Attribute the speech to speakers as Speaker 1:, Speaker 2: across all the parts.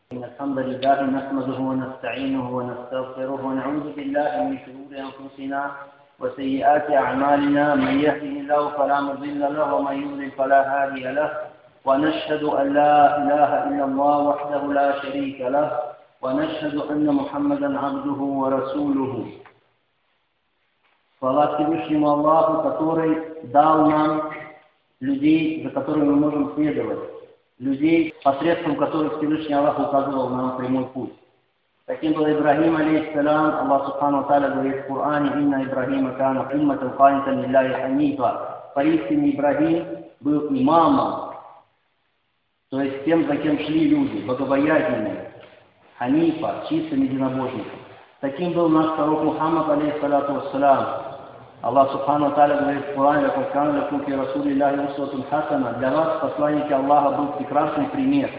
Speaker 1: إن الحمد لله نحمده ونستعينه ونستغفره ونعوذ بالله من شرور أنفسنا وسيئات أعمالنا. من يهده الله فلا مضل له ومن يضلل فلا هادي له. ونشهد أن لا إله إلا الله وحده لا شريك له. ونشهد أن محمدا عبده ورسوله. Слава Всевышнему Аллаху, который дал нам людей, за которыми мы можем следовать. Людей, посредством которых Всевышний Аллах указывал нам прямой путь. Таким был Ибрахим, алейхиссалям. Аллах Субхану Тааля говорит в Коране: «Инна Ибрахима кана умматан канитан лилляхи ханифа». Поистине Ибрахим был имамом, то есть тем, за кем шли люди, богобоязненные, ханифа, чистым единобожником. Таким был наш пророк Мухаммад, алейхиссалату вассалям. Аллах Субхану Тааля говорит в Коране: «Лакад кана лакум фи расулиллахи усватун хасана». Для вас, посланники Аллаха, был прекрасный пример.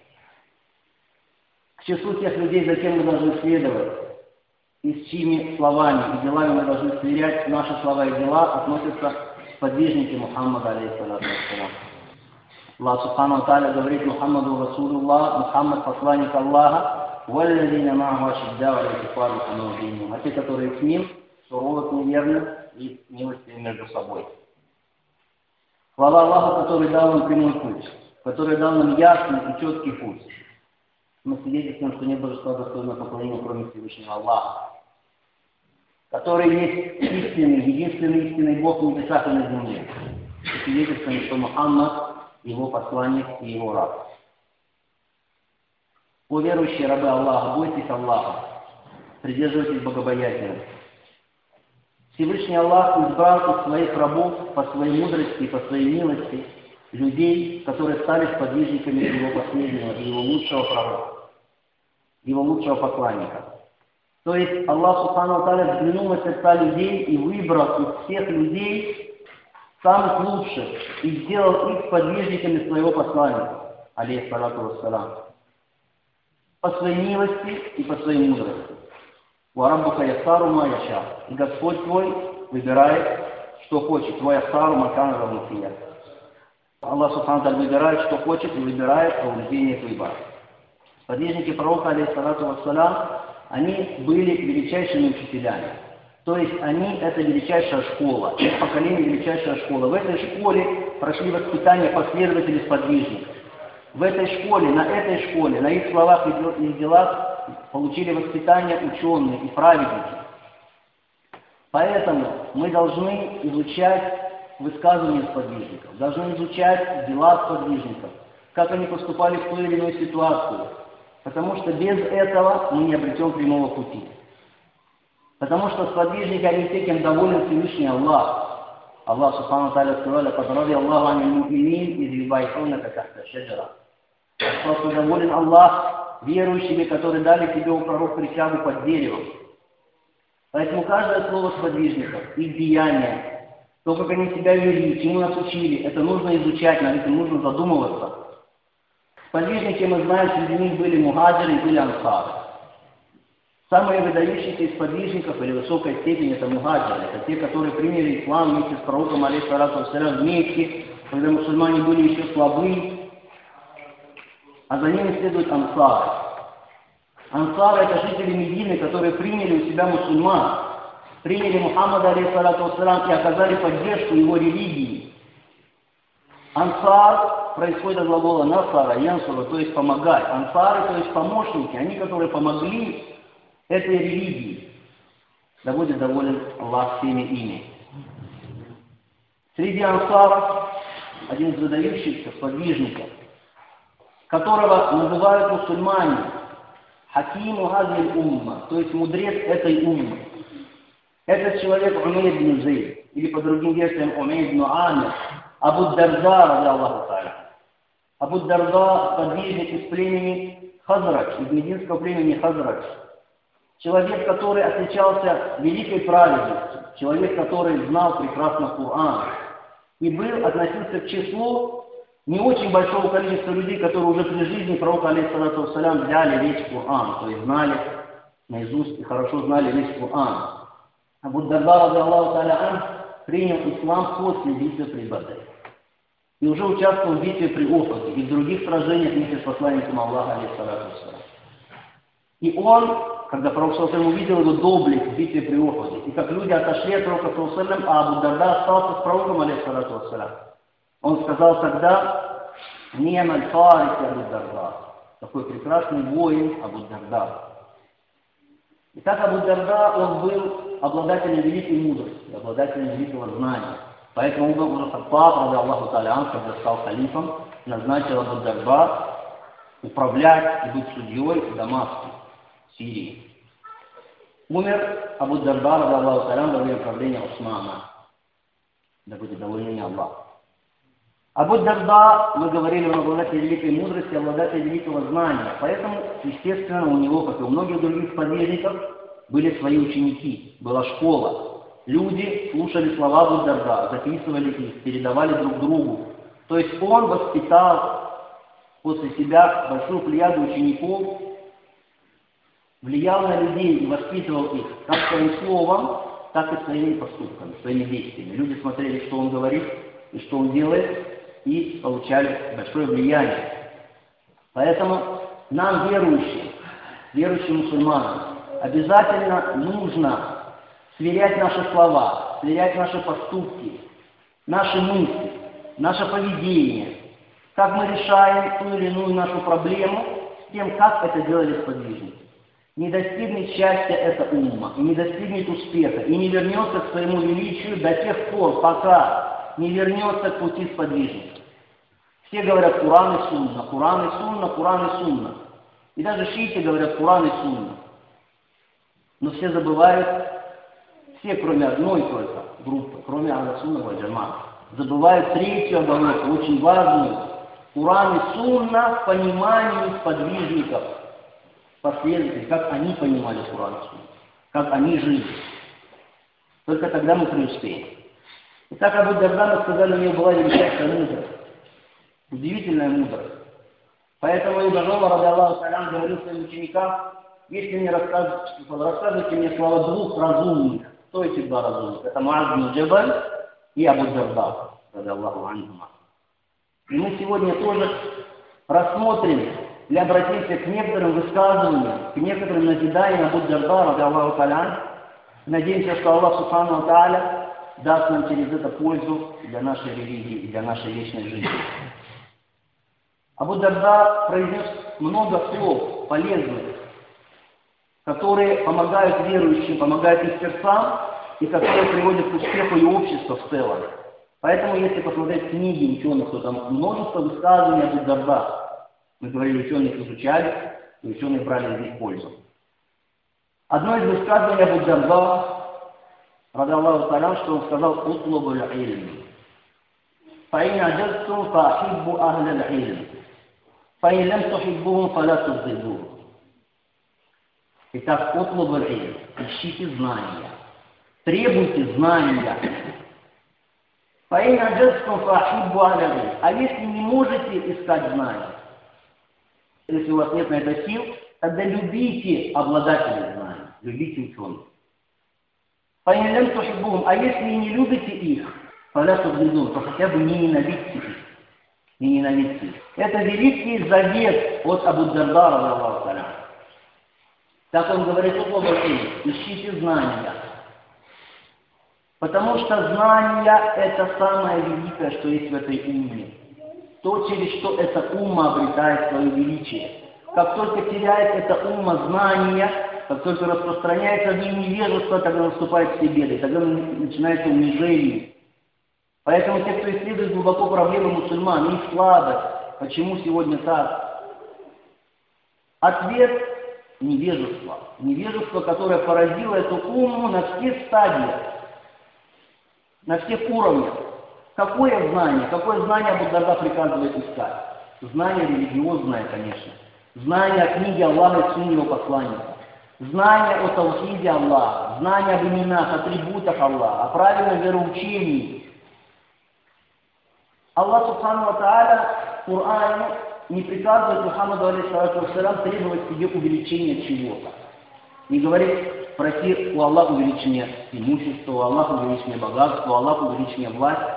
Speaker 1: К числу тех людей, за кем мы должны следовать, и с чьими словами и делами мы должны сверять наши слова и дела, относятся сподвижники Мухаммада, алейхиссалату вассалям. Аллах Субхану Тааля говорит: «Мухаммаду Расулуллах», Мухаммад посланник Аллаха, «Валлазина ма'аху ашиддау аля куффари рухама'у». А те, которые с ним, суровы к неверным и милостивы между собой. Хвала Аллаху, который дал нам прямой путь, который дал нам ясный и четкий путь. Мы свидетельствуем, что нет божества достойного поклонения, кроме Всевышнего Аллаха, который есть истинный, единственный истинный Бог в небесах и на земле. И свидетельствуем, что Мухаммад его посланник и его раб. О верующие рабы Аллаха, бойтесь Аллаха, придерживайтесь богобоязненности. Всевышний Аллах избрал из своих рабов по своей мудрости и по своей милости людей, которые стали сподвижниками его последнего и его лучшего пророка, его лучшего посланника. То есть Аллах Субхану Тааля взглянул на сердца людей и выбрал из всех людей самых лучших и сделал их сподвижниками своего посланника, алейхиссалату вассалам, по своей милости и по своей мудрости. «Вараббука яссару ма яша». И Господь твой выбирает, что хочет. «Твой яссару макан равнуфия». Аллах Субхану Тааля выбирает, что хочет, и выбирает по убеждению выбора. Сподвижники пророка, алейхиссалату вассалам, они были величайшими учителями. То есть они — это величайшая школа, их поколение — величайшая школа. В этой школе прошли воспитание последователей сподвижников. В этой школе, на их словах и делах получили воспитание ученые и праведники. Поэтому мы должны изучать высказывания сподвижников, должны изучать дела сподвижников, как они поступали в той или иной ситуации. Потому что без этого мы не обретем прямого пути. Потому что сподвижники, они те, кем доволен Всевышний Аллах. Аллах Субхану Тааля сказал: «Лакад ради Аллаху анил му'минин из юбай'унака тахта шаджара». Что доволен Аллах верующими, которые дали тебе у пророка присягу под деревом. Поэтому каждое слово сподвижников, их деяния, то, как они себя вели, чему нас учили, это нужно изучать, над этим нужно задумываться. Сподвижники, мы знаем, среди них были мухаджиры и были ансары. Самые выдающиеся из сподвижников или высокой степени — это мухаджиры. Это те, которые приняли ислам вместе с пророком, алейхиссалату вассалям, вместе, когда мусульмане были еще слабы. А за ними следуют ансары. Ансары — это жители Медины, которые приняли у себя мусульман, приняли Мухаммада, алейхиссалату вассалям, и оказали поддержку его религии. Ансар происходит от глагола насара, янсура, то есть помогать. Ансары, то есть помощники, они, которые помогли этой религии. Да будет доволен Аллах всеми ими. Среди ансаров один из выдающихся сподвижников, которого называют мусульмане хакиму газиль умма, то есть мудрец этой уммы. Этот человек Умейр ибн Зейд, или по другим версиям Умейр ибн Амир, Абу Дарда, ради Аллаху Тааля. Абу Дарда — сподвижник из племени Хазрач, из мединского племени Хазрач. Человек, который отличался великой праведностью, человек, который знал прекрасно Коран, и относился к числу не очень большого количества людей, которые уже при жизни пророка, алейхиссалату вассалям, взяли весь Коран, то есть знали наизусть и хорошо знали весь Коран. Абу Дарда, ради Аллаху Тааля, принял ислам после битвы при Бадре. и уже участвовал в битве при Охоте и в других сражениях вместе с посланником Аллаха, алейхиссалату вассалам. И он, когда пророк саллаллаху увидел его доблесть в битве при Охоте, и как люди отошли от пророка саллаллаху, а Абу Дарда остался с пророком, алейхиссалату вассалам, он сказал тогда: «Ни'м аль-фарис Абу Дарда». Такой прекрасный воин Абу Дарда. Итак, Абу Дарда, он был обладателем великой мудрости, обладателем великого знания. Поэтому Умар Хаттаб, ради Аллаху Та'аля, когда стал халифом, назначил Абу Дарда управлять и быть судьей в Дамаске, Сирии. Умер Абу Дарда, ради Аллаху Та'аля, во время правления Усмана. Да будет доволен не Аллах. Абу Дарда, мы говорили, он обладатель великой мудрости, обладатель великого знания. Поэтому, естественно, у него, как и у многих других сподвижников, были свои ученики, была школа. Люди слушали слова Абу Дарда, записывали их, передавали друг другу. То есть он воспитал после себя большую плеяду учеников, влиял на людей и воспитывал их как своим словом, так и своими поступками, своими действиями. Люди смотрели, что он говорит и что он делает, и получали большое влияние. Поэтому нам, верующим мусульманам, обязательно нужно сверять наши слова, сверять наши поступки, наши мысли, наше поведение, как мы решаем ту или иную нашу проблему, с тем, как это делали сподвижники. Не достигнет счастья эта умма, и не достигнет успеха, и не вернется к своему величию до тех пор, пока не вернется к пути сподвижников. Все говорят Куран и Сунна, Куран и Сунна, Куран и Сунна. И даже шииты говорят Куран и Сунна. Но все забывают, все, кроме одной только группы, кроме Ахлю-Сунна валь Джамаат, забывают третью оболочку, очень важную. Куран и Сунна в понимании сподвижников, последователей, как они понимали Куран и Сунна, как они жили. Только тогда мы преуспеем. Итак, Абу Дарда, мы сказали, у него была величайшая мудрость, удивительная мудрость. Поэтому Ибн Умар, ради Аллаху Та'аля, говорил своим ученикам: если мне рассказывайте мне слова двух разумных, кто эти два разумных? Это Муаз бин Джабаль и Абу Дарда, ради Аллаху анхума. И мы сегодня тоже рассмотрим или обратимся к некоторым высказываниям, к некоторым назиданиям Абу Дарда, ради Аллаху Та'аля. Надеемся, что Аллах Субхану ва Та'аля даст нам через это пользу для нашей религии и для нашей вечной жизни. Абу Дарда произнес много слов полезных, которые помогают верующим, помогают их сердцам и которые приводят к успеху и обществу в целом. Поэтому, если посмотреть книги ученых, то там множество высказываний Абу Дарда. Мы говорили, ученые их изучали, и ученые брали из них пользу. Одно из высказываний Абу Дарда, ради Аллаху Та'аля, что он сказал: «Утлубу аль-илм. Фаин аджазтум фаахиббу ахля аль-илм. Фаин лам тухиббухум фала тубгидухум». Итак, утлубу аль-илм. Ищите знания. Требуйте знания. Фаин аджазтум фаахиббу ахля аль-илм. А если не можете искать знания, если у вас нет на это сил, тогда любите обладателей знаний, любите ученых. А если не любите их, то хотя бы не ненавидьте их. Не ненавидьте их. Это великий завет от Абу Дарда, ради Аллаху Та'аля. Так он говорит: ищите знания. Потому что знания — это самое великое, что есть в этой умме. То, через что эта умма обретает свое величие. Как только теряет эта умма знания, как только распространяется в ней невежество, тогда наступают все беды, тогда начинается унижение. Поэтому те, кто исследует глубоко проблемы мусульман, их слабость, почему сегодня так? Ответ — невежество. Невежество, которое поразило эту умму на всех стадиях, на всех уровнях. Какое знание Абу Дарда приказывает искать? Знание религиозное, конечно. Знание о книге Аллаха и сунне его посланника. Знание о таухиде Аллаха, знание об именах, атрибутах Аллаха, о правильном вероучении. Аллах Субхану ва Та'аля в Коране не приказывает Мухаммаду алейхиссалату вассалям требовать себе увеличения чего-то. Не говорит: проси у Аллаха увеличения имущества, у Аллаха увеличения богатства, у Аллаха увеличения власти.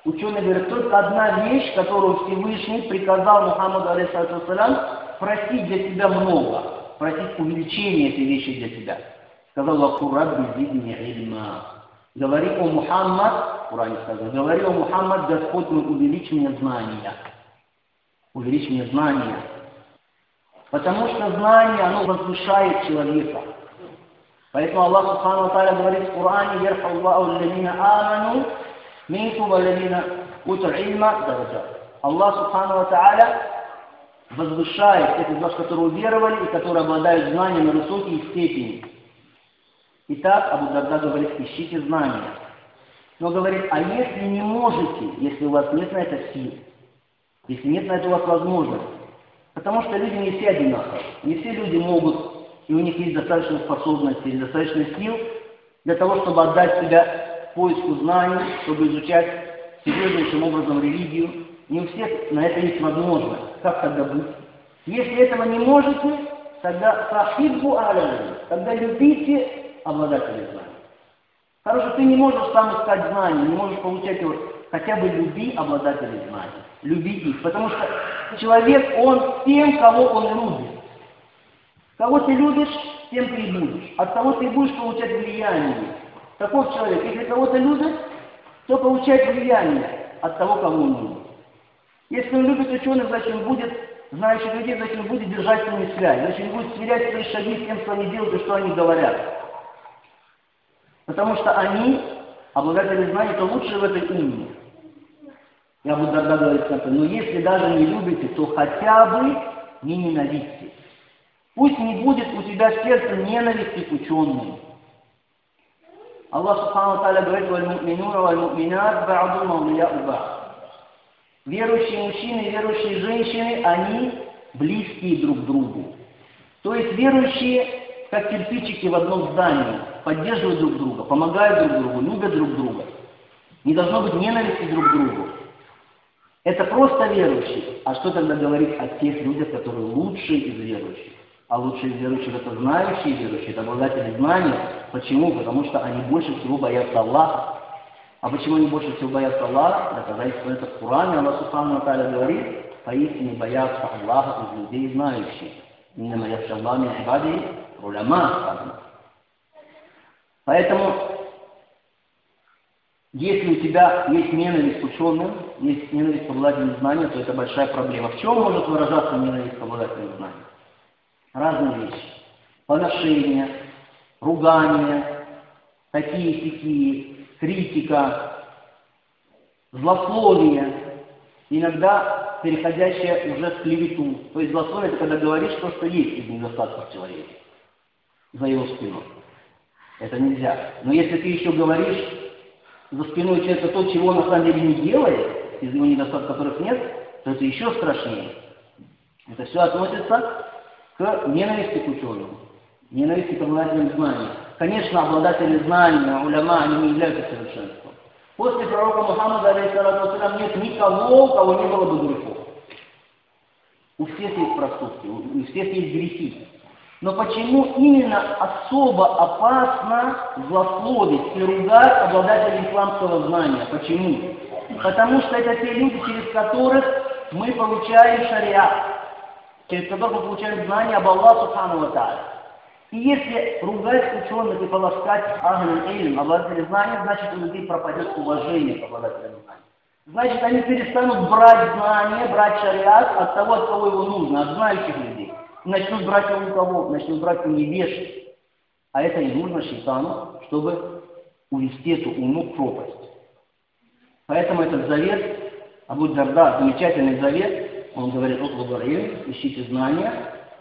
Speaker 1: Ученые говорят, только одна вещь, которую Всевышний приказал Мухаммаду, алейхиссалям, просить для тебя много, просить увеличения этой вещи для тебя. Сказал: «Вакур рабби зидни ильма». Говори, о Мухаммад, в Коране сказано, говори, о Мухаммад, Господь мой, увеличь мне знания. Увеличь мне знания. Потому что знание, оно возвышает человека. Поэтому Аллах Субхану ва Тааля говорит в Коране: «Ярхаллаху аллазина аману минкум валлазина утул ильма дараджат». Аллах Субхану ва Тааля возвышает тех из вас, которые уверовали и которые обладают знанием на высокие степени. Итак, Абу Дарда говорит: ищите знания. Но говорит: а если не можете, если у вас нет на это сил, если нет на это у вас возможности, потому что люди не все одинаковые, не все люди могут, и у них есть достаточно способностей, достаточно сил для того, чтобы отдать себя поиску знаний, чтобы изучать серьезнейшим образом религию. Не у всех на это есть возможность. Как тогда быть? Если этого не можете, тогда сахибу аля, тогда любите обладателей знаний. Хорошо, ты не можешь сам искать знания, не можешь получать его, хотя бы люби обладателей знаний. Люби их, потому что человек, он тем, кого он любит. Кого ты любишь, тем ты и будешь. От того ты будешь получать влияние. Таков человек, если кого-то любит, то получает влияние от того, кого он любит. Если он любит ученых, значит он будет, знающих людей, значит он будет держать с ними связь, значит он будет сверять свои шаги с тем, что они делают и что они говорят. Потому что они, обладатели знаний, то лучшие в этой умме. Я буду тогда говорить, но если даже не любите, то хотя бы не ненавидьте. Пусть не будет у тебя в сердце ненависти к ученым. Аллах Субхану ва Тааля говорит: «Валь-му'минуна валь-му'минат ба'дум аулия'у ба'д». Верующие мужчины и верующие женщины, они близкие друг к другу. То есть верующие, как кирпичики в одном здании, поддерживают друг друга, помогают друг другу, любят друг друга. Не должно быть ненависти друг к другу. Это просто верующие. А что тогда говорить о тех людях, которые лучшие из верующих? А лучшие из верующих — это знающие верующие, это обладатели знаний. Почему? Потому что они больше всего боятся Аллаха. А почему они больше всего боятся Аллаха? Доказательство это в Коране. Аллах Субхану ва Тааля говорит: поистине боятся Аллаха из людей знающих. Иннама яхша Аллаха мин ибадихи уляма. Поэтому, если у тебя есть ненависть к ученым, есть ненависть к обладателям знания, то это большая проблема. В чем может выражаться ненависть к обладателям знаний? Разные вещи. Поношения, ругания, такие-сякие, критика, злословие, иногда переходящее уже в клевету. То есть злословие — это когда говоришь то, что есть из недостатков человека за его спиной. Это нельзя. Но если ты еще говоришь за спиной человека то, чего он на самом деле не делает, из его недостатков которых нет, то это еще страшнее. Это все относится к ненависти к ученым, ненависти к обладателям знаний. Конечно, обладатели знаний, уляма, они не являются совершенством. После пророка Мухаммада, алейхиссалям, нет никого, у кого не было бы грехов. У всех есть проступки, у всех есть грехи. Но почему именно особо опасно злословить и ругать обладателей исламского знания? Почему? Потому что это те люди, через которых мы получаем шариат, через которых мы получаем знания об Аллахе Субхану ва Тааля. И если ругать ученых и полоскать ахлюль илм, обладателей знаний, значит у людей пропадет уважение к обладателям знаний. Значит, они перестанут брать знания, брать шариат от того, от кого его нужно, от знающих людей. Начнут брать его у кого? Начнут брать у невежд. А это и нужно шайтану, чтобы увести эту уму в пропасть. Поэтому этот завет, Абу Дарда, замечательный завет, он говорит: ищите знания.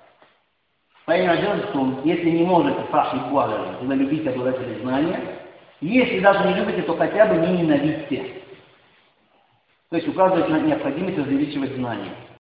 Speaker 1: Если не можете, тогда любите обладателей знания. Если даже не любите, то хотя бы не ненавидьте. То есть указывает на необходимость увеличивать знания.